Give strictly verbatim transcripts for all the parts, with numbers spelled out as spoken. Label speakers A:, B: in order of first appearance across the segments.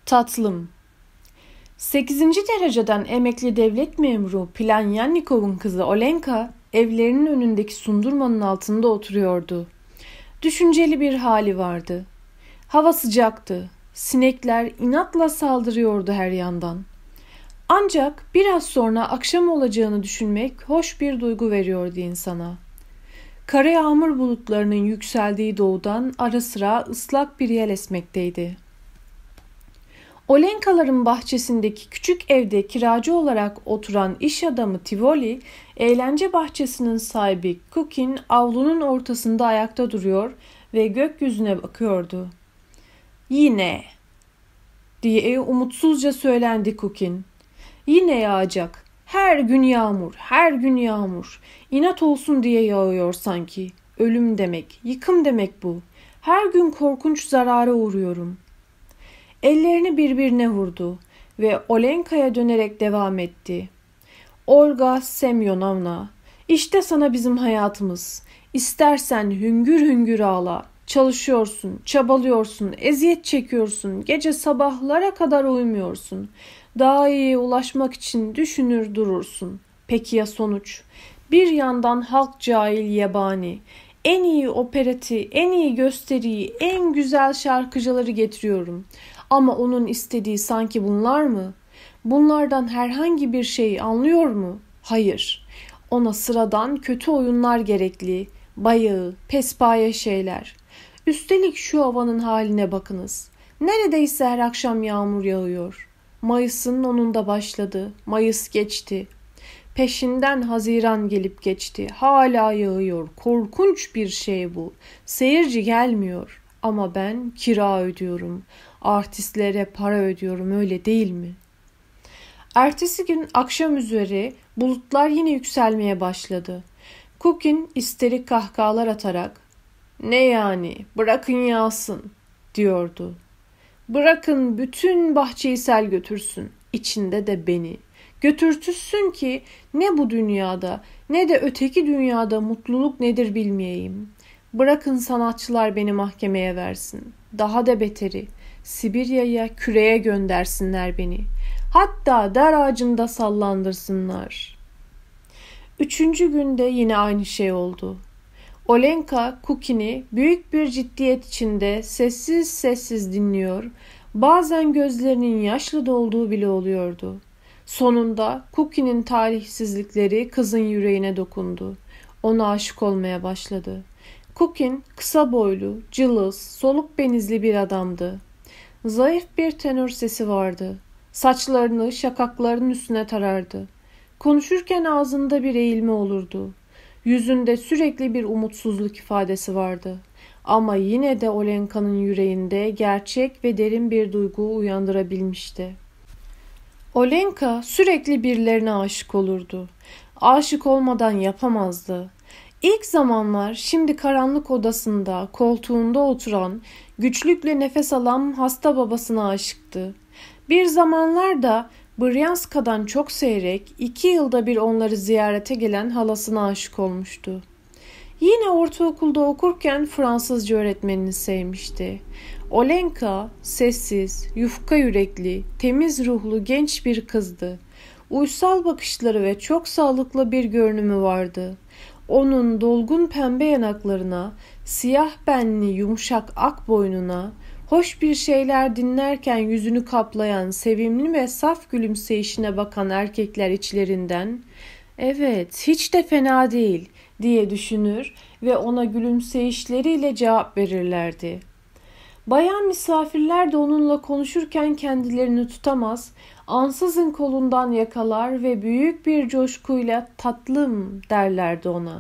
A: Tatlım. sekizinci dereceden emekli devlet memuru Planyannikov'un kızı Olenka evlerinin önündeki sundurmanın altında oturuyordu. Düşünceli bir hali vardı. Hava sıcaktı. Sinekler inatla saldırıyordu her yandan. Ancak biraz sonra akşam olacağını düşünmek hoş bir duygu veriyordu insana. Kara yağmur bulutlarının yükseldiği doğudan ara sıra ıslak bir yel esmekteydi. Olenkaların bahçesindeki küçük evde kiracı olarak oturan iş adamı Tivoli, eğlence bahçesinin sahibi Kukin avlunun ortasında ayakta duruyor ve gökyüzüne bakıyordu. "Yine!" diye umutsuzca söylendi Kukin. "Yine yağacak. Her gün yağmur, her gün yağmur. İnat olsun diye yağıyor sanki. Ölüm demek, yıkım demek bu. Her gün korkunç zarara uğruyorum." Ellerini birbirine vurdu ve Olenka'ya dönerek devam etti. "Olga Semyonovna, işte sana bizim hayatımız. İstersen hüngür hüngür ağla. Çalışıyorsun, çabalıyorsun, eziyet çekiyorsun, gece sabahlara kadar uyumuyorsun. Daha iyiye ulaşmak için düşünür durursun. Peki ya sonuç? Bir yandan halk cahil yabani, en iyi opereti, en iyi gösteriyi, en güzel şarkıcıları getiriyorum. Ama onun istediği sanki bunlar mı? Bunlardan herhangi bir şey anlıyor mu? Hayır. Ona sıradan kötü oyunlar gerekli, bayağı, pespaye şeyler. Üstelik şu havanın haline bakınız. Neredeyse her akşam yağmur yağıyor. Mayıs'ın onun da başladı. Mayıs geçti. Peşinden Haziran gelip geçti. Hala yağıyor. Korkunç bir şey bu. Seyirci gelmiyor. Ama ben kira ödüyorum. Artistlere para ödüyorum, öyle değil mi? Ertesi gün akşam üzeri bulutlar yine yükselmeye başladı. Kukin isterik kahkahalar atarak "Ne yani, bırakın yağsın," diyordu. "Bırakın bütün bahçeyi sel götürsün, içinde de beni. Götürtüsün ki ne bu dünyada ne de öteki dünyada mutluluk nedir bilmeyeyim. Bırakın sanatçılar beni mahkemeye versin. Daha da beteri, Sibirya'ya, küreye göndersinler beni. Hatta dar ağacında sallandırsınlar." Üçüncü günde yine aynı şey oldu. Olenka Kukin'i büyük bir ciddiyet içinde sessiz sessiz dinliyor, bazen gözlerinin yaşlı dolduğu bile oluyordu. Sonunda Kukin'in talihsizlikleri kızın yüreğine dokundu. Ona aşık olmaya başladı. Kukin kısa boylu, cılız, soluk benizli bir adamdı. Zayıf bir tenor sesi vardı. Saçlarını şakaklarının üstüne tarardı. Konuşurken ağzında bir eğilme olurdu. Yüzünde sürekli bir umutsuzluk ifadesi vardı. Ama yine de Olenka'nın yüreğinde gerçek ve derin bir duygu uyandırabilmişti. Olenka sürekli birilerine aşık olurdu. Aşık olmadan yapamazdı. İlk zamanlar şimdi karanlık odasında, koltuğunda oturan, güçlükle nefes alan hasta babasına aşıktı. Bir zamanlar da Bryanska'dan çok seyrek, iki yılda bir onları ziyarete gelen halasına aşık olmuştu. Yine ortaokulda okurken Fransızca öğretmenini sevmişti. Olenka, sessiz, yufka yürekli, temiz ruhlu genç bir kızdı. Uysal bakışları ve çok sağlıklı bir görünümü vardı. Onun dolgun pembe yanaklarına, siyah benli yumuşak ak boynuna, hoş bir şeyler dinlerken yüzünü kaplayan sevimli ve saf gülümseyişine bakan erkekler içlerinden "Evet, hiç de fena değil," diye düşünür ve ona gülümseyişleriyle cevap verirlerdi. Bayan misafirler de onunla konuşurken kendilerini tutamaz, ansızın kolundan yakalar ve büyük bir coşkuyla "Tatlım," derlerdi ona.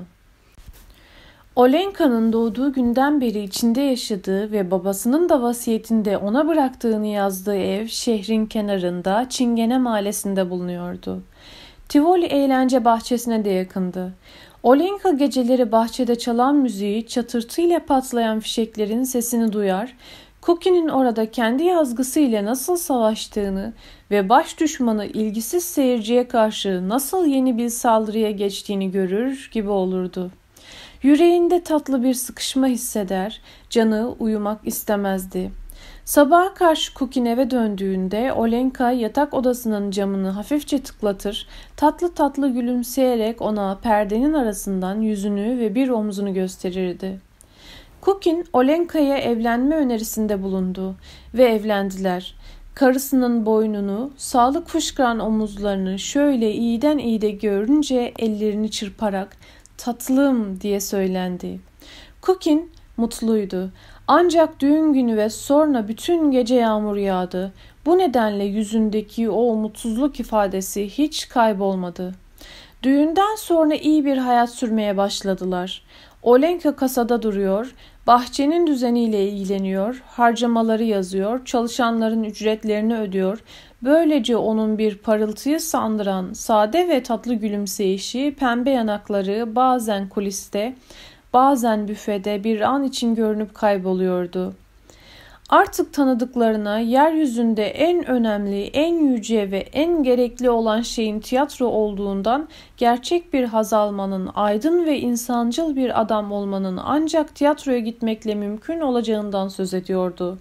A: Olenka'nın doğduğu günden beri içinde yaşadığı ve babasının da vasiyetinde ona bıraktığını yazdığı ev şehrin kenarında Çingene mahallesinde bulunuyordu. Tivoli eğlence bahçesine de yakındı. Olenka geceleri bahçede çalan müziği, çatırtıyla patlayan fişeklerin sesini duyar, Kukin'in orada kendi yazgısıyla nasıl savaştığını ve baş düşmanı ilgisiz seyirciye karşı nasıl yeni bir saldırıya geçtiğini görür gibi olurdu. Yüreğinde tatlı bir sıkışma hisseder, canı uyumak istemezdi. Sabaha karşı Cookin eve döndüğünde Olenka yatak odasının camını hafifçe tıklatır, tatlı tatlı gülümseyerek ona perdenin arasından yüzünü ve bir omzunu gösterirdi. Cookin, Olenka'ya evlenme önerisinde bulundu ve evlendiler. Karısının boynunu, sağlık fışkıran omuzlarını şöyle iyiden iyide görünce ellerini çırparak "Tatlım" diye söylendi. Cookin mutluydu. Ancak düğün günü ve sonra bütün gece yağmur yağdı. Bu nedenle yüzündeki o umutsuzluk ifadesi hiç kaybolmadı. Düğünden sonra iyi bir hayat sürmeye başladılar. Olenka kasada duruyor, bahçenin düzeniyle ilgileniyor, harcamaları yazıyor, çalışanların ücretlerini ödüyor. Böylece onun bir parıltıyı sandıran sade ve tatlı gülümseyişi, pembe yanakları bazen kuliste, bazen büfede bir an için görünüp kayboluyordu. Artık tanıdıklarına yeryüzünde en önemli, en yüce ve en gerekli olan şeyin tiyatro olduğundan, gerçek bir haz almanın, aydın ve insancıl bir adam olmanın ancak tiyatroya gitmekle mümkün olacağından söz ediyordu.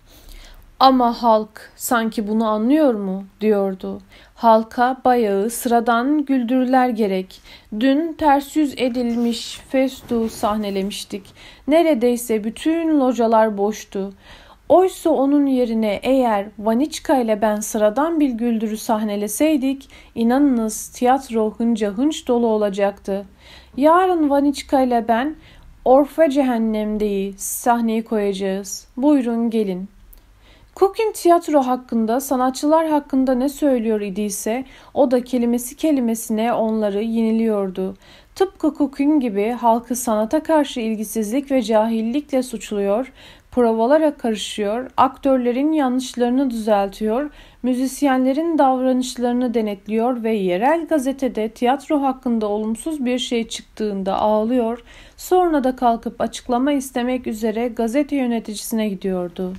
A: Ama halk sanki bunu anlıyor mu, diyordu. Halka bayağı sıradan güldürüler gerek. Dün ters yüz edilmiş festu sahnelemiştik. Neredeyse bütün localar boştu. Oysa onun yerine eğer Vaniçka ile ben sıradan bir güldürü sahneleseydik, inanınız tiyatro hınca hınç dolu olacaktı. Yarın Vaniçka ile ben Orfe Cehennem'deyi sahneyi koyacağız. Buyurun gelin. Cookin tiyatro hakkında, sanatçılar hakkında ne söylüyor idiyse o da kelimesi kelimesine onları yeniliyordu. Tıpkı Cookin gibi halkı sanata karşı ilgisizlik ve cahillikle suçluyor, provalara karışıyor, aktörlerin yanlışlarını düzeltiyor, müzisyenlerin davranışlarını denetliyor ve yerel gazetede tiyatro hakkında olumsuz bir şey çıktığında ağlıyor, sonra da kalkıp açıklama istemek üzere gazete yöneticisine gidiyordu.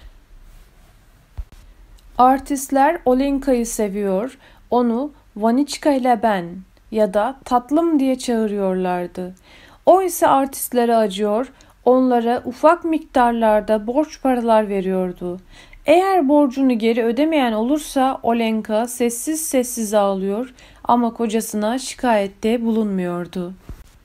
A: Artistler Olenka'yı seviyor, onu Vaniçka ile ben ya da tatlım diye çağırıyorlardı. O ise artistlere acıyor, onlara ufak miktarlarda borç paralar veriyordu. Eğer borcunu geri ödemeyen olursa Olenka sessiz sessiz ağlıyor ama kocasına şikayette bulunmuyordu.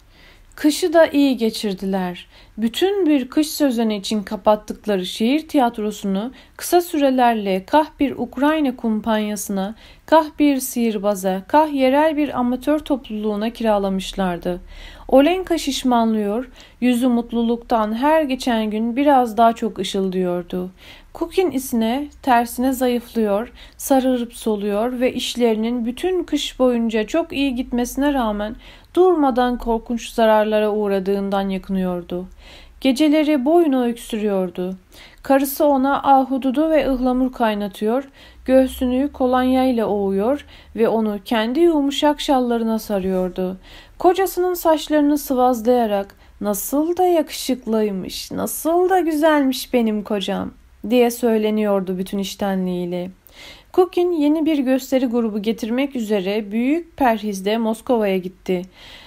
A: Kışı da iyi geçirdiler. Bütün bir kış sezonu için kapattıkları şehir tiyatrosunu kısa sürelerle kah bir Ukrayna kumpanyasına, kah bir sihirbaza, kah yerel bir amatör topluluğuna kiralamışlardı. Olenka şişmanlıyor, yüzü mutluluktan her geçen gün biraz daha çok ışıldıyordu. Cookin ise tersine zayıflıyor, sararıp soluyor ve işlerinin bütün kış boyunca çok iyi gitmesine rağmen durmadan korkunç zararlara uğradığından yakınıyordu. Geceleri boyuna öksürüyordu. Karısı ona ahududu ve ıhlamur kaynatıyor, göğsünü kolonyayla ovuyor ve onu kendi yumuşak şallarına sarıyordu. Kocasının saçlarını sıvazlayarak "Nasıl da yakışıklıymış, nasıl da güzelmiş benim kocam" diye söyleniyordu bütün içtenliğiyle. Cookin yeni bir gösteri grubu getirmek üzere büyük perhizde Moskova'ya gitti.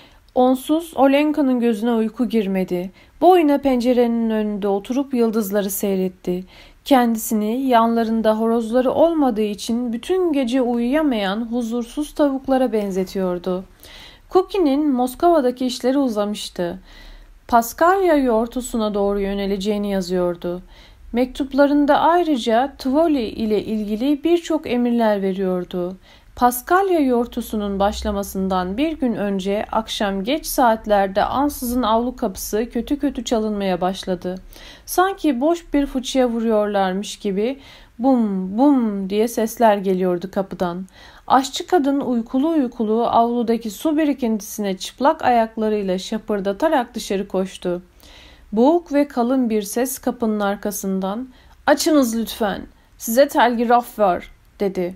A: Onsuz Olenka'nın gözüne uyku girmedi. Boyuna pencerenin önünde oturup yıldızları seyretti. Kendisini yanlarında horozları olmadığı için bütün gece uyuyamayan huzursuz tavuklara benzetiyordu. Cookie'nin Moskova'daki işleri uzamıştı. Paskalya yortusuna doğru yöneleceğini yazıyordu. Mektuplarında ayrıca Tivoli ile ilgili birçok emirler veriyordu. Paskalya yortusunun başlamasından bir gün önce akşam geç saatlerde ansızın avlu kapısı kötü kötü çalınmaya başladı. Sanki boş bir fıçıya vuruyorlarmış gibi bum bum diye sesler geliyordu kapıdan. Aşçı kadın uykulu uykulu avludaki su birikintisine çıplak ayaklarıyla şapırdatarak dışarı koştu. Boğuk ve kalın bir ses kapının arkasından "Açınız lütfen, size telgraf var" dedi.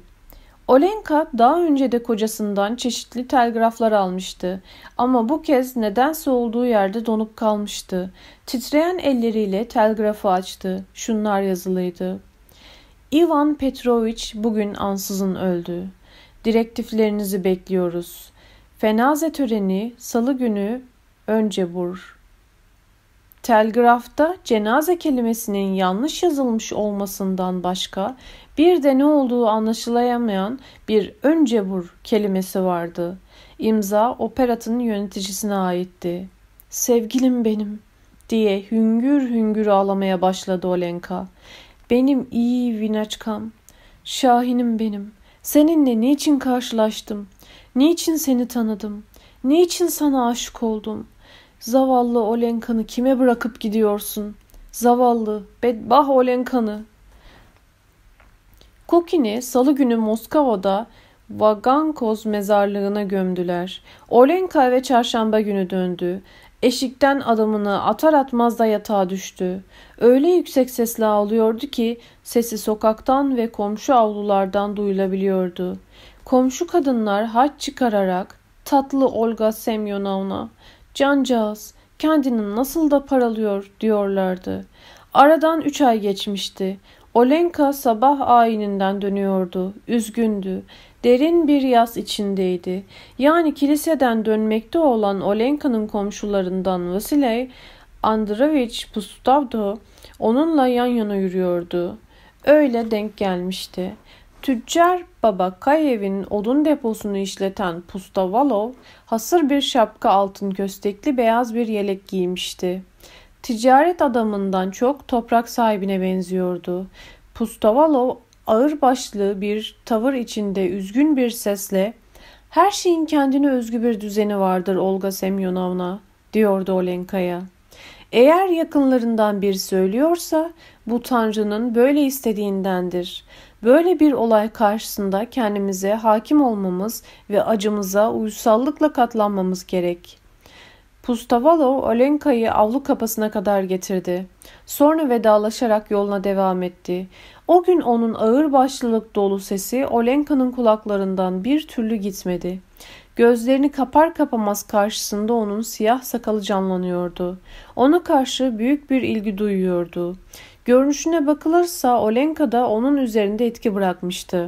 A: Olenka daha önce de kocasından çeşitli telgraflar almıştı ama bu kez nedense olduğu yerde donup kalmıştı. Titreyen elleriyle telgrafı açtı. Şunlar yazılıydı: "Ivan Petrovich bugün ansızın öldü. Direktiflerinizi bekliyoruz. Fenaze töreni salı günü önce vur." Telgrafta cenaze kelimesinin yanlış yazılmış olmasından başka bir de ne olduğu anlaşılayamayan bir öncebur kelimesi vardı. İmza operatın yöneticisine aitti. "Sevgilim benim," diye hüngür hüngür ağlamaya başladı Olenka. "Benim iyi Vinaçkam, Şahinim benim. Seninle niçin karşılaştım? Niçin seni tanıdım? Niçin sana aşık oldum? Zavallı Olenka'nı kime bırakıp gidiyorsun? Zavallı, bedbah Olenka'nı." Kukin'i salı günü Moskova'da Vagankoz mezarlığına gömdüler. Olenka eve çarşamba günü döndü. Eşikten adımını atar atmaz da yatağa düştü. Öyle yüksek sesle ağlıyordu ki sesi sokaktan ve komşu avlulardan duyulabiliyordu. Komşu kadınlar haç çıkararak "Tatlı Olga Semyonovna, cancağız kendini nasıl da paralıyor," diyorlardı. Aradan üç ay geçmişti. Olenka sabah ayininden dönüyordu. Üzgündü. Derin bir yas içindeydi. Yani kiliseden dönmekte olan Olenka'nın komşularından Vasiley Androvich Pustavdo onunla yan yana yürüyordu. Öyle denk gelmişti. Tüccar baba Kayev'in odun deposunu işleten Pustavalov hasır bir şapka, altın köstekli beyaz bir yelek giymişti. Ticaret adamından çok toprak sahibine benziyordu. Pustavalov ağırbaşlı bir tavır içinde üzgün bir sesle "Her şeyin kendine özgü bir düzeni vardır Olga Semyonovna," diyordu Olenka'ya. Eğer yakınlarından biri söylüyorsa bu Tanrı'nın böyle istediğindendir. Böyle bir olay karşısında kendimize hakim olmamız ve acımıza uysallıkla katlanmamız gerek. Pustavalov Olenka'yı avlu kapısına kadar getirdi. Sonra vedalaşarak yoluna devam etti. O gün onun ağırbaşlılık dolu sesi Olenka'nın kulaklarından bir türlü gitmedi. Gözlerini kapar kapamaz karşısında onun siyah sakalı canlanıyordu. Ona karşı büyük bir ilgi duyuyordu. Görünüşüne bakılırsa Olenka da onun üzerinde etki bırakmıştı.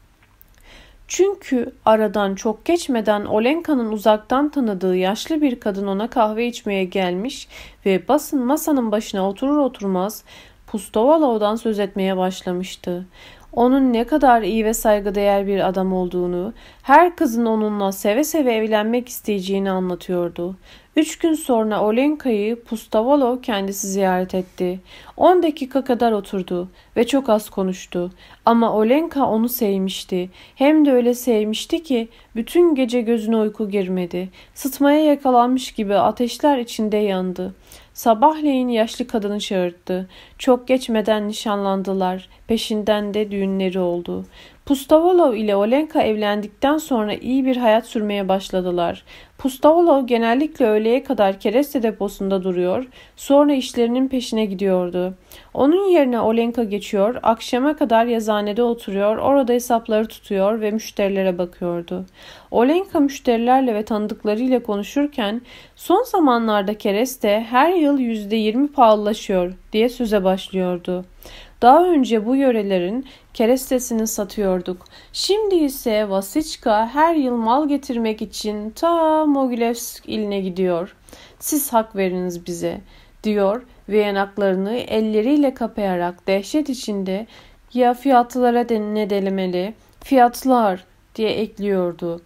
A: Çünkü aradan çok geçmeden Olenka'nın uzaktan tanıdığı yaşlı bir kadın ona kahve içmeye gelmiş ve basın masanın başına oturur oturmaz Pustovalov'dan söz etmeye başlamıştı. Onun ne kadar iyi ve saygıdeğer bir adam olduğunu, her kızın onunla seve seve evlenmek isteyeceğini anlatıyordu. Üç gün sonra Olenka'yı Pustovalov kendisi ziyaret etti. On dakika kadar oturdu ve çok az konuştu. Ama Olenka onu sevmişti. Hem de öyle sevmişti ki bütün gece gözüne uyku girmedi. Sıtmaya yakalanmış gibi ateşler içinde yandı. Sabahleyin yaşlı kadını çağırdı. Çok geçmeden nişanlandılar. Peşinden de düğünleri oldu. Pustovalov ile Olenka evlendikten sonra iyi bir hayat sürmeye başladılar. Pustovalov genellikle öğleye kadar kereste deposunda duruyor, sonra işlerinin peşine gidiyordu. Onun yerine Olenka geçiyor, akşama kadar yazıhanede oturuyor, orada hesapları tutuyor ve müşterilere bakıyordu. Olenka müşterilerle ve tanıdıklarıyla konuşurken "Son zamanlarda kereste her yıl yüzde yirmi pahalılaşıyor," diye söze başlıyordu. "Daha önce bu yörelerin kerestesini satıyorduk. Şimdi ise Vasiçka her yıl mal getirmek için ta Mogilevsk iline gidiyor. Siz hak veriniz bize," diyor ve yanaklarını elleriyle kapayarak dehşet içinde "Ya fiyatlara ne delemeli, fiyatlar," diye ekliyordu.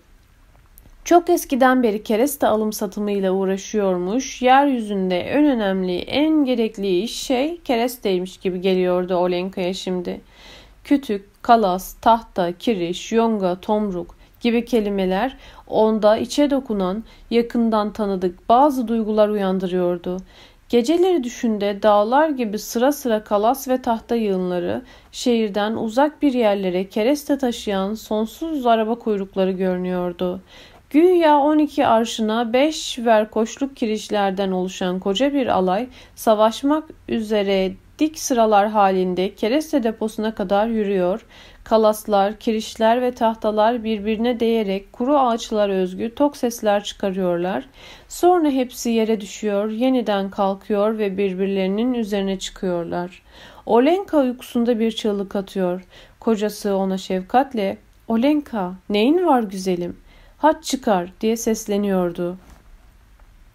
A: Çok eskiden beri kereste alım satımıyla uğraşıyormuş, yeryüzünde en önemli, en gerekli iş şey keresteymiş gibi geliyordu Olenka'ya şimdi. Kütük, kalas, tahta, kiriş, yonga, tomruk gibi kelimeler onda içe dokunan, yakından tanıdık bazı duygular uyandırıyordu. Geceleri düşünde dağlar gibi sıra sıra kalas ve tahta yığınları, şehirden uzak bir yerlere kereste taşıyan sonsuz araba kuyrukları görünüyordu. Güya on iki arşına beş verkoşluk kirişlerden oluşan koca bir alay savaşmak üzere dik sıralar halinde kereste deposuna kadar yürüyor. Kalaslar, kirişler ve tahtalar birbirine değerek kuru ağaçlar özgü tok sesler çıkarıyorlar. Sonra hepsi yere düşüyor, yeniden kalkıyor ve birbirlerinin üzerine çıkıyorlar. Olenka uykusunda bir çığlık atıyor. Kocası ona şefkatle "Olenka, neyin var güzelim? Haç çıkar," diye sesleniyordu.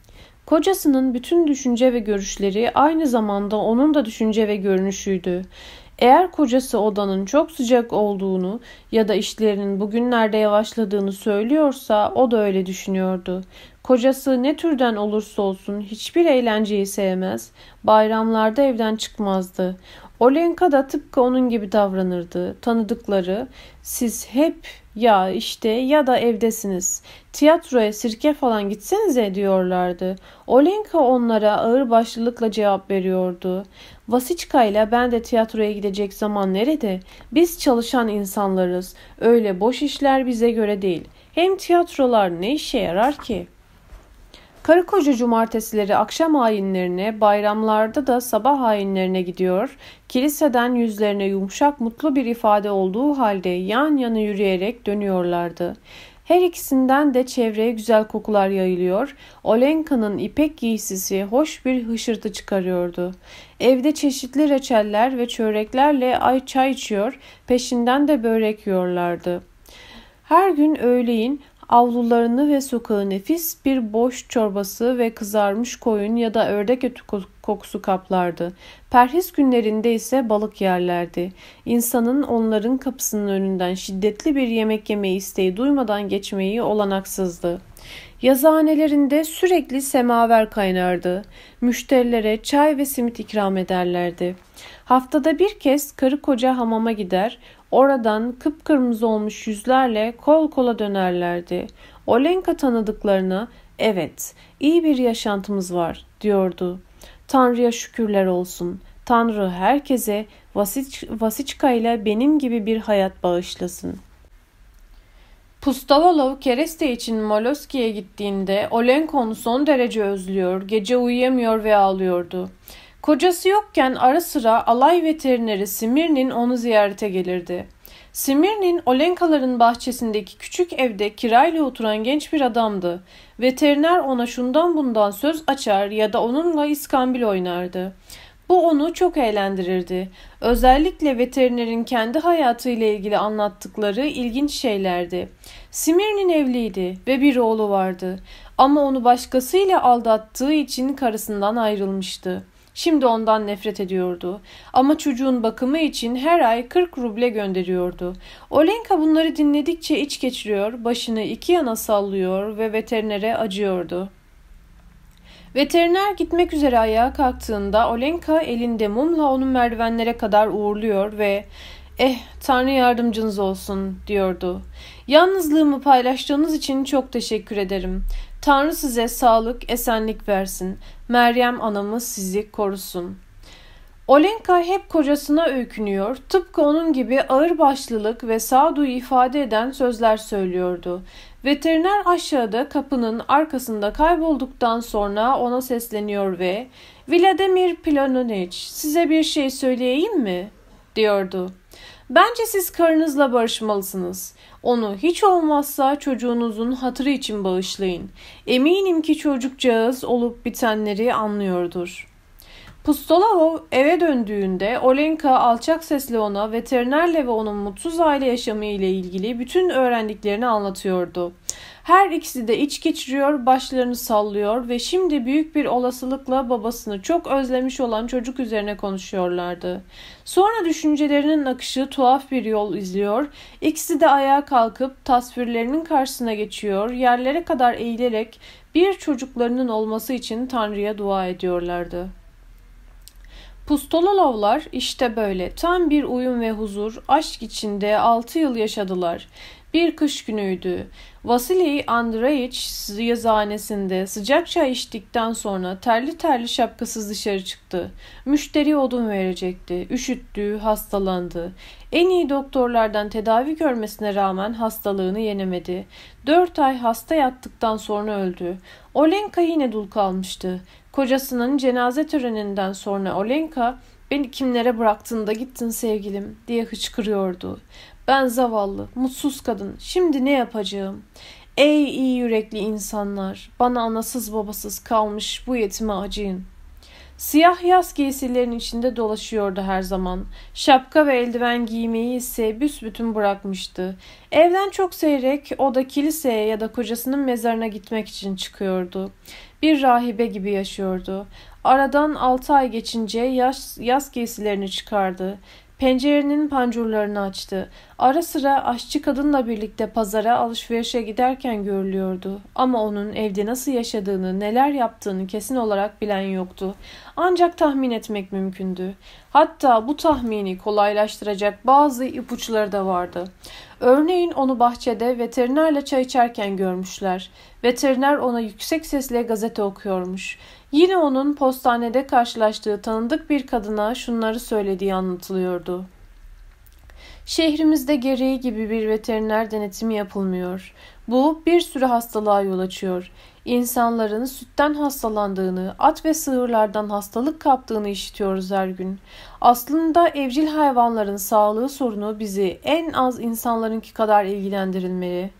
A: Kocasının bütün düşünce ve görüşleri aynı zamanda onun da düşünce ve görünüşüydü. Eğer kocası odanın çok sıcak olduğunu ya da işlerinin bugünlerde yavaşladığını söylüyorsa o da öyle düşünüyordu. Kocası ne türden olursa olsun hiçbir eğlenceyi sevmez, bayramlarda evden çıkmazdı. Olenka da tıpkı onun gibi davranırdı. Tanıdıkları, siz hep ya işte ya da evdesiniz, tiyatroya, sirke falan gitsenize diyorlardı. Olenka onlara ağırbaşlılıkla cevap veriyordu. Vasiçka ile ben de tiyatroya gidecek zaman nerede? Biz çalışan insanlarız. Öyle boş işler bize göre değil. Hem tiyatrolar ne işe yarar ki? Karı koca cumartesileri akşam ayinlerine, bayramlarda da sabah ayinlerine gidiyor, kiliseden yüzlerine yumuşak mutlu bir ifade olduğu halde yan yana yürüyerek dönüyorlardı. Her ikisinden de çevreye güzel kokular yayılıyor, Olenka'nın ipek giysisi hoş bir hışırtı çıkarıyordu. Evde çeşitli reçeller ve çöreklerle ay çay içiyor, peşinden de börek yiyorlardı. Her gün öğleyin avlularını ve sokağı nefis bir boş çorbası ve kızarmış koyun ya da ördek eti kokusu kaplardı. Perhiz günlerinde ise balık yerlerdi. İnsanın onların kapısının önünden şiddetli bir yemek yeme isteği duymadan geçmeyi olanaksızdı. Yazıhanelerinde sürekli semaver kaynardı. Müşterilere çay ve simit ikram ederlerdi. Haftada bir kez karı koca hamama gider, oradan kıpkırmızı olmuş yüzlerle kol kola dönerlerdi. Olenka tanıdıklarına, evet, iyi bir yaşantımız var diyordu. Tanrı'ya şükürler olsun. Tanrı herkese Vasiç, Vasiçka ile benim gibi bir hayat bağışlasın. Pustovalov kereste için Moloski'ye gittiğinde Olenka onu son derece özlüyor, gece uyuyamıyor ve ağlıyordu. Kocası yokken ara sıra alay veterineri Simirnin onu ziyarete gelirdi. Simirnin, Olenkaların bahçesindeki küçük evde kirayla oturan genç bir adamdı. Veteriner ona şundan bundan söz açar ya da onunla iskambil oynardı. Bu onu çok eğlendirirdi. Özellikle veterinerin kendi hayatıyla ilgili anlattıkları ilginç şeylerdi. Simirnin evliydi ve bir oğlu vardı. Ama onu başkasıyla aldattığı için karısından ayrılmıştı. Şimdi ondan nefret ediyordu. Ama çocuğun bakımı için her ay kırk ruble gönderiyordu. Olenka bunları dinledikçe iç geçiriyor, başını iki yana sallıyor ve veterinere acıyordu. Veteriner gitmek üzere ayağa kalktığında Olenka elinde mumla onu merdivenlere kadar uğurluyor ve "Eh, Tanrı yardımcınız olsun" diyordu. "Yalnızlığımı paylaştığınız için çok teşekkür ederim. Tanrı size sağlık, esenlik versin. Meryem anamız sizi korusun." Olenka hep kocasına öykünüyor, tıpkı onun gibi ağırbaşlılık ve sağduyu ifade eden sözler söylüyordu. Veteriner aşağıda kapının arkasında kaybolduktan sonra ona sesleniyor ve "Vladimir Planoviç, size bir şey söyleyeyim mi?" diyordu. "Bence siz karınızla barışmalısınız. Onu hiç olmazsa çocuğunuzun hatırı için bağışlayın. Eminim ki çocukcağız olup bitenleri anlıyordur." Pustovalov eve döndüğünde Olenka alçak sesle ona veterinerle ve onun mutsuz aile yaşamı ile ilgili bütün öğrendiklerini anlatıyordu. Her ikisi de iç geçiriyor, başlarını sallıyor ve şimdi büyük bir olasılıkla babasını çok özlemiş olan çocuk üzerine konuşuyorlardı. Sonra düşüncelerinin akışı tuhaf bir yol izliyor, ikisi de ayağa kalkıp tasvirlerinin karşısına geçiyor, yerlere kadar eğilerek bir çocuklarının olması için Tanrı'ya dua ediyorlardı. Pustololovlar işte böyle tam bir uyum ve huzur, aşk içinde altı yıl yaşadılar. Bir kış günüydü. Vasili Andreyiç yazıhanesinde sıcak çay içtikten sonra terli terli şapkasız dışarı çıktı. Müşteri odun verecekti. Üşüttü, hastalandı. En iyi doktorlardan tedavi görmesine rağmen hastalığını yenemedi. Dört ay hasta yattıktan sonra öldü. Olenka yine dul kalmıştı. Kocasının cenaze töreninden sonra Olenka, "Beni kimlere bıraktın da gittin sevgilim?" diye hıçkırıyordu. "Ben zavallı, mutsuz kadın. Şimdi ne yapacağım? Ey iyi yürekli insanlar, bana anasız babasız kalmış bu yetime acıyın." Siyah yaz giysilerin içinde dolaşıyordu her zaman. Şapka ve eldiven giymeyi ise büsbütün bırakmıştı. Evden çok seyrek o da kiliseye ya da kocasının mezarına gitmek için çıkıyordu. Bir rahibe gibi yaşıyordu. Aradan altı ay geçince yaz, yaz giysilerini çıkardı. Pencerenin pancurlarını açtı. Ara sıra aşçı kadınla birlikte pazara alışverişe giderken görülüyordu. Ama onun evde nasıl yaşadığını, neler yaptığını kesin olarak bilen yoktu. Ancak tahmin etmek mümkündü. Hatta bu tahmini kolaylaştıracak bazı ipuçları da vardı. Örneğin onu bahçede veterinerle çay içerken görmüşler. Veteriner ona yüksek sesle gazete okuyormuş. Yine onun postanede karşılaştığı tanıdık bir kadına şunları söylediği anlatılıyordu. Şehrimizde gereği gibi bir veteriner denetimi yapılmıyor. Bu bir sürü hastalığa yol açıyor. İnsanların sütten hastalandığını, at ve sığırlardan hastalık kaptığını işitiyoruz her gün. Aslında evcil hayvanların sağlığı sorunu bizi en az insanlarınki kadar ilgilendirilmeli.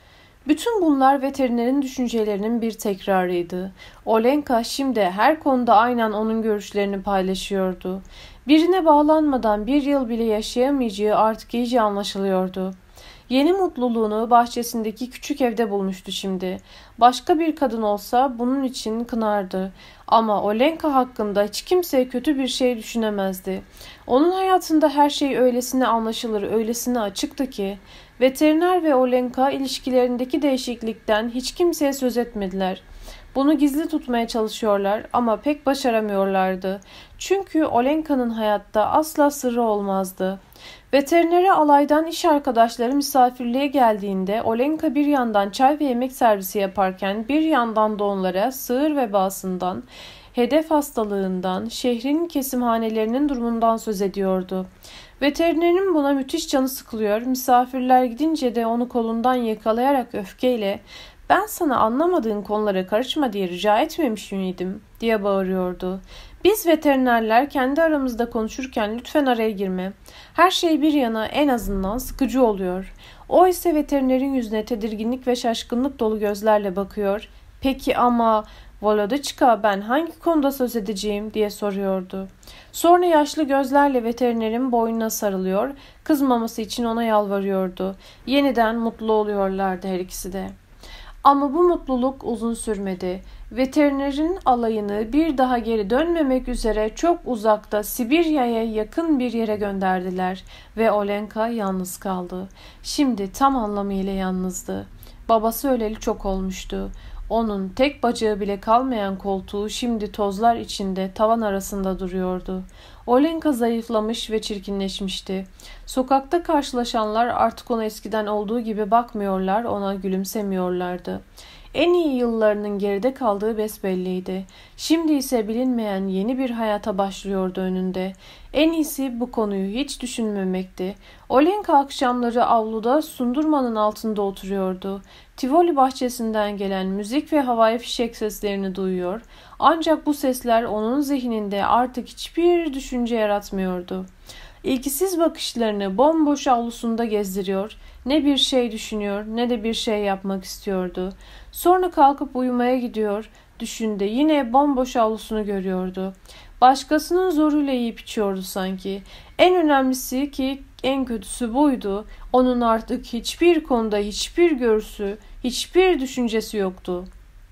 A: Bütün bunlar veterinerin düşüncelerinin bir tekrarıydı. Olenka şimdi her konuda aynen onun görüşlerini paylaşıyordu. Birine bağlanmadan bir yıl bile yaşayamayacağı artık iyice anlaşılıyordu. Yeni mutluluğunu bahçesindeki küçük evde bulmuştu şimdi. Başka bir kadın olsa bunun için kınardı. Ama Olenka hakkında hiç kimse kötü bir şey düşünemezdi. Onun hayatında her şey öylesine anlaşılır, öylesine açıktı ki. Veteriner ve Olenka ilişkilerindeki değişiklikten hiç kimseye söz etmediler. Bunu gizli tutmaya çalışıyorlar ama pek başaramıyorlardı. Çünkü Olenka'nın hayatta asla sırrı olmazdı. Veterinere alaydan iş arkadaşları misafirliğe geldiğinde Olenka bir yandan çay ve yemek servisi yaparken bir yandan da onlara sığır vebasından, hedef hastalığından, şehrin kesimhanelerinin durumundan söz ediyordu. Veterinerin buna müthiş canı sıkılıyor, misafirler gidince de onu kolundan yakalayarak öfkeyle "Ben sana anlamadığın konulara karışma diye rica etmemiş miydim?" diye bağırıyordu. "Biz veterinerler kendi aramızda konuşurken lütfen araya girme. Her şey bir yana en azından sıkıcı oluyor." O ise veterinerin yüzüne tedirginlik ve şaşkınlık dolu gözlerle bakıyor. "Peki ama Volodechka, ben hangi konuda söz edeceğim?" diye soruyordu. Sonra yaşlı gözlerle veterinerin boynuna sarılıyor, kızmaması için ona yalvarıyordu. Yeniden mutlu oluyorlardı her ikisi de. Ama bu mutluluk uzun sürmedi. Veterinerin alayını bir daha geri dönmemek üzere çok uzakta Sibirya'ya yakın bir yere gönderdiler ve Olenka yalnız kaldı. Şimdi tam anlamıyla yalnızdı. Babası öleli çok olmuştu. Onun tek bacağı bile kalmayan koltuğu şimdi tozlar içinde tavan arasında duruyordu. Olenka zayıflamış ve çirkinleşmişti. Sokakta karşılaşanlar artık ona eskiden olduğu gibi bakmıyorlar, ona gülümsemiyorlardı. En iyi yıllarının geride kaldığı besbelliydi. Şimdi ise bilinmeyen yeni bir hayata başlıyordu önünde. En iyisi bu konuyu hiç düşünmemekti. Olenka akşamları avluda sundurmanın altında oturuyordu. Tivoli bahçesinden gelen müzik ve havai fişek seslerini duyuyor. Ancak bu sesler onun zihninde artık hiçbir düşünce yaratmıyordu. İlgisiz bakışlarını bomboş avlusunda gezdiriyor, ne bir şey düşünüyor ne de bir şey yapmak istiyordu. Sonra kalkıp uyumaya gidiyor, düşünde yine bomboş avlusunu görüyordu. Başkasının zoruyla yiyip içiyordu sanki. En önemlisi ki en kötüsü buydu, onun artık hiçbir konuda hiçbir görüsü, hiçbir düşüncesi yoktu.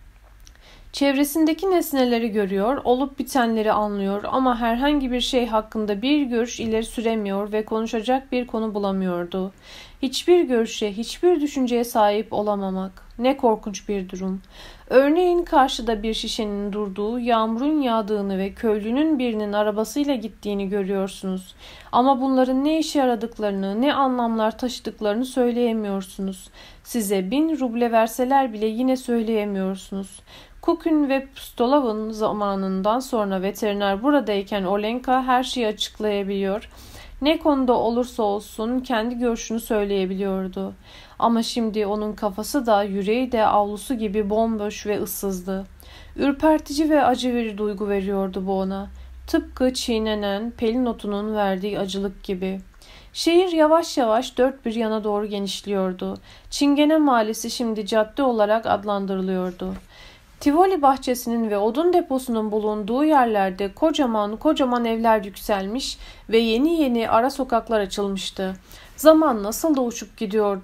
A: Çevresindeki nesneleri görüyor, olup bitenleri anlıyor ama herhangi bir şey hakkında bir görüş ileri süremiyor ve konuşacak bir konu bulamıyordu. Hiçbir görüşe, hiçbir düşünceye sahip olamamak. Ne korkunç bir durum. Örneğin karşıda bir şişenin durduğu, yağmurun yağdığını ve köylünün birinin arabasıyla gittiğini görüyorsunuz. Ama bunların ne işe yaradıklarını, ne anlamlar taşıdıklarını söyleyemiyorsunuz. Size bin ruble verseler bile yine söyleyemiyorsunuz. Kukin ve Pustolov'un zamanından sonra veteriner buradayken Olenka her şeyi açıklayabiliyor. Ne konuda olursa olsun kendi görüşünü söyleyebiliyordu. Ama şimdi onun kafası da yüreği de avlusu gibi bomboş ve ıssızdı. Ürpertici ve acı bir duygu veriyordu bu ona. Tıpkı çiğnenen pelin otunun verdiği acılık gibi. Şehir yavaş yavaş dört bir yana doğru genişliyordu. Çingene Mahallesi şimdi cadde olarak adlandırılıyordu. Tivoli bahçesinin ve odun deposunun bulunduğu yerlerde kocaman kocaman evler yükselmiş ve yeni yeni ara sokaklar açılmıştı. Zaman nasıl da uçup gidiyordu.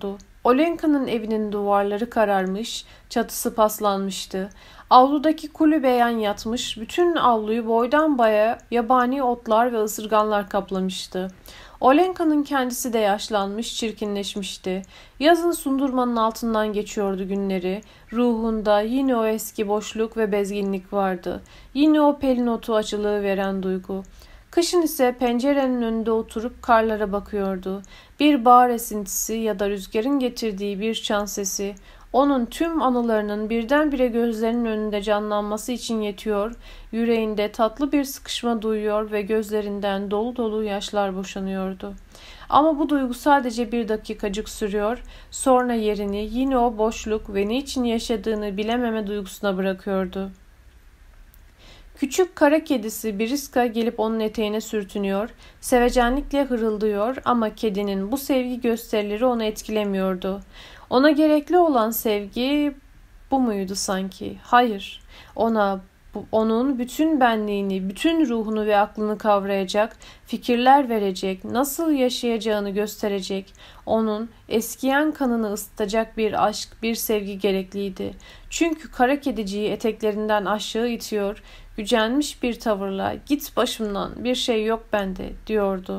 A: Olenka'nın evinin duvarları kararmış, çatısı paslanmıştı. Avludaki kulübe yan yatmış, bütün avluyu boydan baya yabani otlar ve ısırganlar kaplamıştı. Olenka'nın kendisi de yaşlanmış, çirkinleşmişti. Yazın sundurmanın altından geçiyordu günleri. Ruhunda yine o eski boşluk ve bezginlik vardı. Yine o pelin otu acılığı veren duygu. Kışın ise pencerenin önünde oturup karlara bakıyordu. Bir bahar esintisi ya da rüzgarın getirdiği bir çan sesi onun tüm anılarının birdenbire gözlerinin önünde canlanması için yetiyor, yüreğinde tatlı bir sıkışma duyuyor ve gözlerinden dolu dolu yaşlar boşanıyordu. Ama bu duygu sadece bir dakikacık sürüyor, sonra yerini yine o boşluk ve niçin yaşadığını bilememe duygusuna bırakıyordu. Küçük kara kedisi Biriska gelip onun eteğine sürtünüyor, sevecenlikle hırıldıyor ama kedinin bu sevgi gösterileri onu etkilemiyordu. Ona gerekli olan sevgi bu muydu sanki? Hayır. Ona, bu, onun bütün benliğini, bütün ruhunu ve aklını kavrayacak, fikirler verecek, nasıl yaşayacağını gösterecek, onun eskiyen kanını ısıtacak bir aşk, bir sevgi gerekliydi. Çünkü kara kediciyi eteklerinden aşağı itiyor, gücenmiş bir tavırla "Git başımdan, bir şey yok bende" diyordu.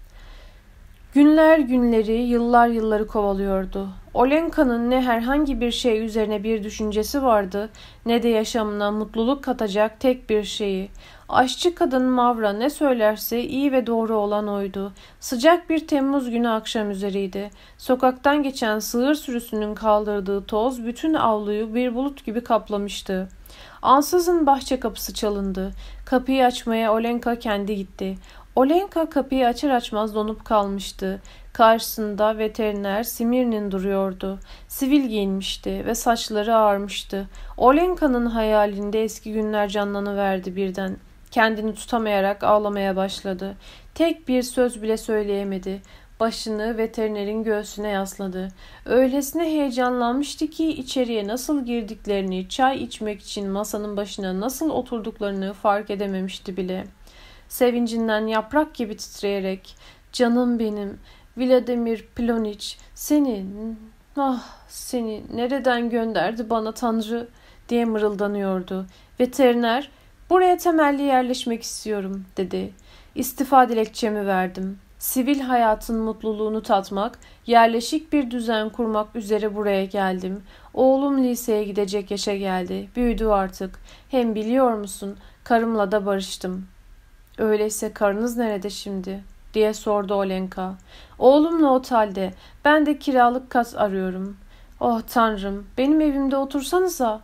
A: Günler günleri, yıllar yılları kovalıyordu. Olenka'nın ne herhangi bir şey üzerine bir düşüncesi vardı, ne de yaşamına mutluluk katacak tek bir şeyi. Aşçı kadın Mavra ne söylerse iyi ve doğru olan oydu. Sıcak bir Temmuz günü akşam üzeriydi. Sokaktan geçen sığır sürüsünün kaldırdığı toz bütün avluyu bir bulut gibi kaplamıştı. Ansızın bahçe kapısı çalındı. Kapıyı açmaya Olenka kendi gitti. Olenka kapıyı açar açmaz donup kalmıştı. Karşısında veteriner Simirnin duruyordu. Sivil giyinmişti ve saçları ağarmıştı. Olenka'nın hayalinde eski günler canlanıverdi birden. Kendini tutamayarak ağlamaya başladı. Tek bir söz bile söyleyemedi. Başını veterinerin göğsüne yasladı. Öylesine heyecanlanmıştı ki içeriye nasıl girdiklerini, çay içmek için masanın başına nasıl oturduklarını fark edememişti bile. Sevincinden yaprak gibi titreyerek "Canım benim, Vladimir Ploniç, seni, ah seni nereden gönderdi bana Tanrı?" diye mırıldanıyordu. Veteriner, "Buraya temelli yerleşmek istiyorum" dedi. "İstifa dilekçemi verdim. Sivil hayatın mutluluğunu tatmak, yerleşik bir düzen kurmak üzere buraya geldim. Oğlum liseye gidecek yaşa geldi. Büyüdü artık. Hem biliyor musun, karımla da barıştım." "Öyleyse karınız nerede şimdi?" diye sordu Olenka. "Oğlumla otelde. Ben de kiralık kat arıyorum." "Oh Tanrım, benim evimde otursanıza."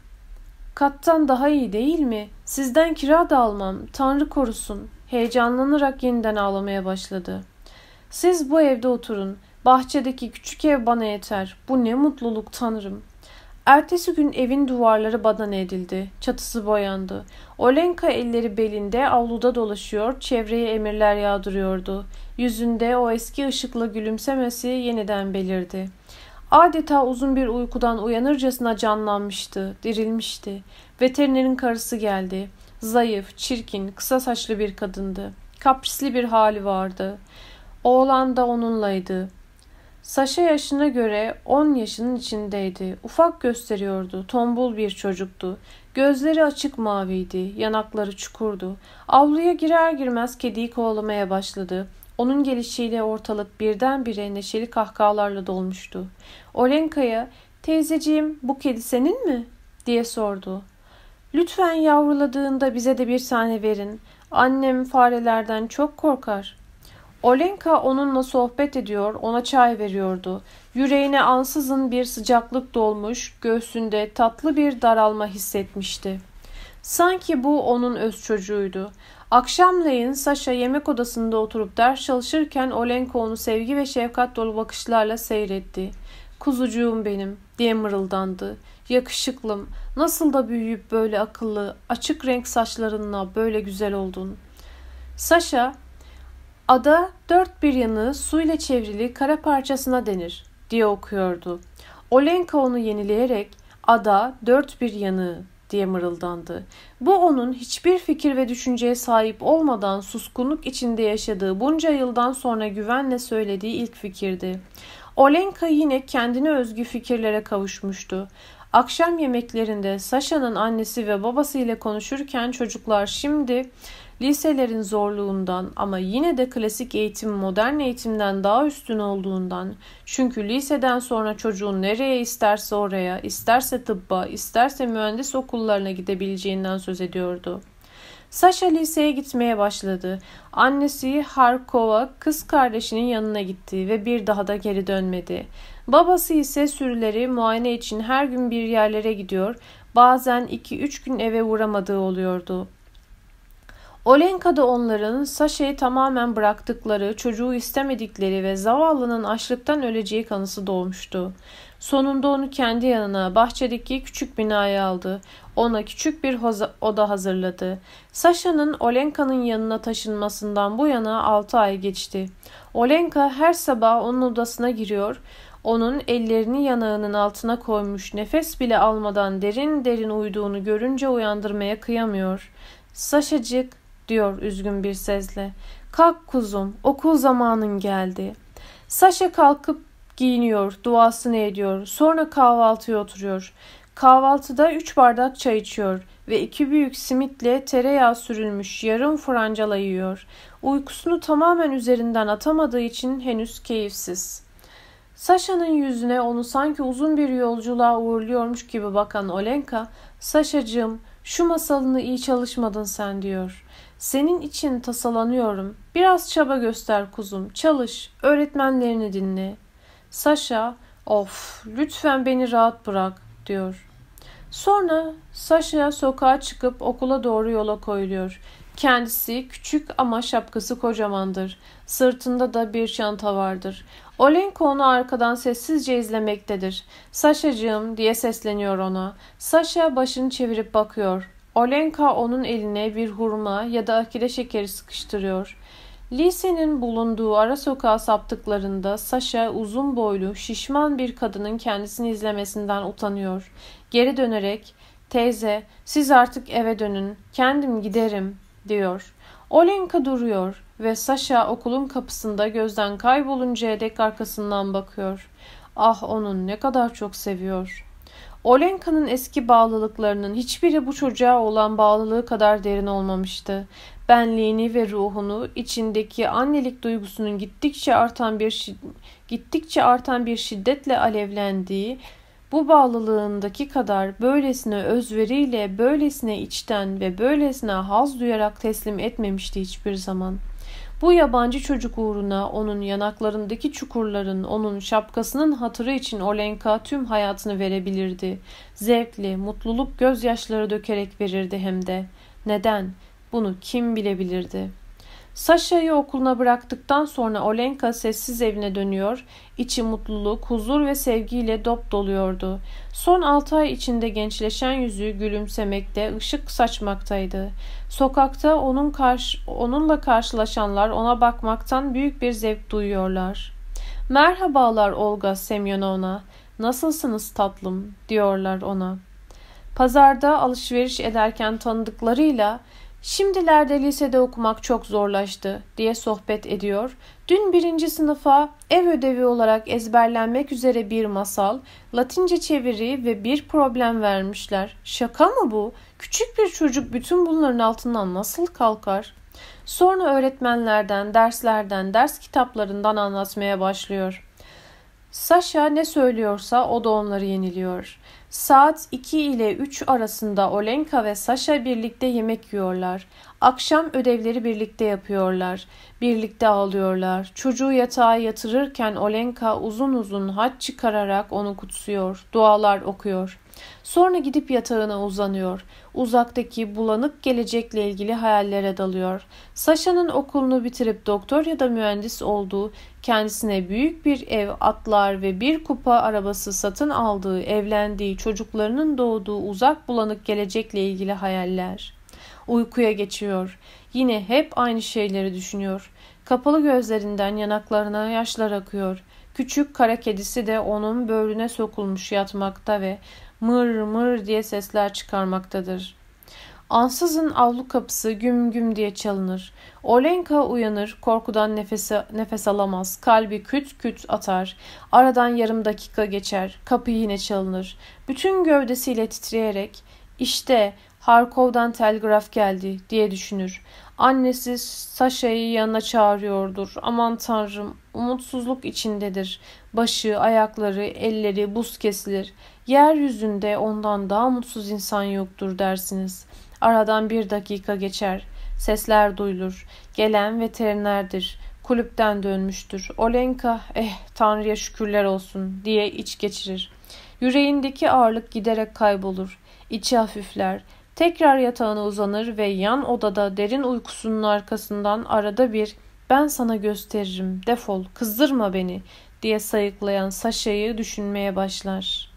A: "Kattan daha iyi değil mi? Sizden kira da almam. Tanrı korusun." Heyecanlanarak yeniden ağlamaya başladı. "Siz bu evde oturun. Bahçedeki küçük ev bana yeter. Bu ne mutluluk Tanrım." Ertesi gün evin duvarları badane edildi. Çatısı boyandı. Olenka elleri belinde avluda dolaşıyor, çevreye emirler yağdırıyordu. Yüzünde o eski ışıklı gülümsemesi yeniden belirdi. Adeta uzun bir uykudan uyanırcasına canlanmıştı, dirilmişti. Veterinerin karısı geldi. Zayıf, çirkin, kısa saçlı bir kadındı. Kaprisli bir hali vardı. Oğlan da onunlaydı. Saşa yaşına göre on yaşının içindeydi. Ufak gösteriyordu. Tombul bir çocuktu. Gözleri açık maviydi. Yanakları çukurdu. Avluya girer girmez kediyi kovalamaya başladı. Onun gelişiyle ortalık birdenbire neşeli kahkahalarla dolmuştu. Olenka'ya "Teyzeciğim, bu kedi senin mi?" diye sordu. "Lütfen yavruladığında bize de bir tane verin. Annem farelerden çok korkar." Olenka onunla sohbet ediyor, ona çay veriyordu. Yüreğine ansızın bir sıcaklık dolmuş, göğsünde tatlı bir daralma hissetmişti. Sanki bu onun öz çocuğuydu. Akşamleyin Saşa yemek odasında oturup ders çalışırken Olenka onu sevgi ve şefkat dolu bakışlarla seyretti. "Kuzucuğum benim" diye mırıldandı. "Yakışıklım, nasıl da büyüyüp böyle akıllı, açık renk saçlarınla böyle güzel oldun." Saşa, "Ada dört bir yanı suyla çevrili kara parçasına denir" diye okuyordu. Olenka onu yenileyerek "Ada dört bir yanı" diye mırıldandı. Bu onun hiçbir fikir ve düşünceye sahip olmadan suskunluk içinde yaşadığı bunca yıldan sonra güvenle söylediği ilk fikirdi. Olenka yine kendine özgü fikirlere kavuşmuştu. Akşam yemeklerinde Sasha'nın annesi ve babası ile konuşurken çocuklar şimdi liselerin zorluğundan ama yine de klasik eğitim modern eğitimden daha üstün olduğundan, çünkü liseden sonra çocuğun nereye isterse oraya, isterse tıbba, isterse mühendis okullarına gidebileceğinden söz ediyordu. Sasha liseye gitmeye başladı. Annesi Harkova kız kardeşinin yanına gitti ve bir daha da geri dönmedi. Babası ise sürüleri muayene için her gün bir yerlere gidiyor, bazen iki üç gün eve uğramadığı oluyordu. Olenka da onların Sasha'yı tamamen bıraktıkları, çocuğu istemedikleri ve zavallının açlıktan öleceği kanısı doğmuştu. Sonunda onu kendi yanına, bahçedeki küçük binaya aldı. Ona küçük bir oda hazırladı. Sasha'nın Olenka'nın yanına taşınmasından bu yana altı ay geçti. Olenka her sabah onun odasına giriyor, onun ellerini yanağının altına koymuş, nefes bile almadan derin derin uyuduğunu görünce uyandırmaya kıyamıyor. "Sasha'cık," diyor üzgün bir sesle. "Kalk kuzum, okul zamanın geldi." Sasha kalkıp giyiniyor, duasını ediyor. Sonra kahvaltıya oturuyor. Kahvaltıda üç bardak çay içiyor ve iki büyük simitle tereyağı sürülmüş yarım francala yiyor. Uykusunu tamamen üzerinden atamadığı için henüz keyifsiz. Sasha'nın yüzüne onu sanki uzun bir yolculuğa uğurluyormuş gibi bakan Olenka, "Sasha'cığım, şu masalını iyi çalışmadın sen," diyor. "Senin için tasalanıyorum. Biraz çaba göster kuzum. Çalış. Öğretmenlerini dinle." Sasha, "Of, lütfen beni rahat bırak," diyor. Sonra Sasha sokağa çıkıp okula doğru yola koyuluyor. Kendisi küçük ama şapkası kocamandır. Sırtında da bir çanta vardır. Olenka onu arkadan sessizce izlemektedir. "Sasha'cığım," diye sesleniyor ona. Sasha başını çevirip bakıyor. Olenka onun eline bir hurma ya da akide şekeri sıkıştırıyor. Lisenin bulunduğu ara sokağa saptıklarında Sasha uzun boylu, şişman bir kadının kendisini izlemesinden utanıyor. Geri dönerek, "Teyze, siz artık eve dönün, kendim giderim," diyor. Olenka duruyor ve Sasha okulun kapısında gözden kayboluncaya dek arkasından bakıyor. Ah, onun ne kadar çok seviyor. Olenka'nın eski bağlılıklarının hiçbiri bu çocuğa olan bağlılığı kadar derin olmamıştı. Benliğini ve ruhunu, içindeki annelik duygusunun gittikçe artan bir gittikçe artan bir şiddetle alevlendiği, bu bağlılığındaki kadar böylesine özveriyle, böylesine içten ve böylesine haz duyarak teslim etmemişti hiçbir zaman. Bu yabancı çocuk uğruna onun yanaklarındaki çukurların, onun şapkasının hatırı için Olenka tüm hayatını verebilirdi. Zevkli, mutluluk gözyaşları dökerek verirdi hem de. Neden? Bunu kim bilebilirdi? Sasha'yı okuluna bıraktıktan sonra Olenka sessiz evine dönüyor, içi mutluluk, huzur ve sevgiyle dop doluyordu. Son altı ay içinde gençleşen yüzü gülümsemekte, ışık saçmaktaydı. Sokakta onun karşı, onunla karşılaşanlar ona bakmaktan büyük bir zevk duyuyorlar. "Merhabalar Olga Semyonovna, nasılsınız tatlım?" diyorlar ona. Pazarda alışveriş ederken tanıdıklarıyla, "Şimdilerde lisede okumak çok zorlaştı," diye sohbet ediyor. Dün birinci sınıfa ev ödevi olarak ezberlenmek üzere bir masal, Latince çeviri ve bir problem vermişler. Şaka mı bu? Küçük bir çocuk bütün bunların altından nasıl kalkar? Sonra öğretmenlerden, derslerden, ders kitaplarından anlatmaya başlıyor. Sasha ne söylüyorsa o da onları yeniliyor. Saat iki ile üç arasında Olenka ve Sasha birlikte yemek yiyorlar. Akşam ödevleri birlikte yapıyorlar. Birlikte ağlıyorlar. Çocuğu yatağa yatırırken Olenka uzun uzun haç çıkararak onu kutsuyor. Dualar okuyor. Sonra gidip yatağına uzanıyor. Uzaktaki bulanık gelecekle ilgili hayallere dalıyor. Sasha'nın okulunu bitirip doktor ya da mühendis olduğu, kendisine büyük bir ev, atlar ve bir kupa arabası satın aldığı, evlendiği, çocuklarının doğduğu uzak bulanık gelecekle ilgili hayaller. Uykuya geçiyor. Yine hep aynı şeyleri düşünüyor. Kapalı gözlerinden yanaklarına yaşlar akıyor. Küçük kara kedisi de onun böğrüne sokulmuş yatmakta ve mır mır diye sesler çıkarmaktadır. Ansızın avlu kapısı güm güm diye çalınır. Olenka uyanır, korkudan nefesi, nefes alamaz. Kalbi küt küt atar. Aradan yarım dakika geçer. Kapı yine çalınır. Bütün gövdesiyle titreyerek işte Harkov'dan telgraf geldi diye düşünür. Annesi Saşa'yı yanına çağırıyordur. Aman tanrım, umutsuzluk içindedir. Başı, ayakları, elleri buz kesilir. Yeryüzünde ondan daha mutsuz insan yoktur dersiniz. Aradan bir dakika geçer. Sesler duyulur. Gelen veterinerdir. Kulüpten dönmüştür. Olenka, eh Tanrı'ya şükürler olsun diye iç geçirir. Yüreğindeki ağırlık giderek kaybolur. İçi hafifler. Tekrar yatağına uzanır ve yan odada derin uykusunun arkasından arada bir ben sana gösteririm, defol, kızdırma beni diye sayıklayan Saşa'yı düşünmeye başlar.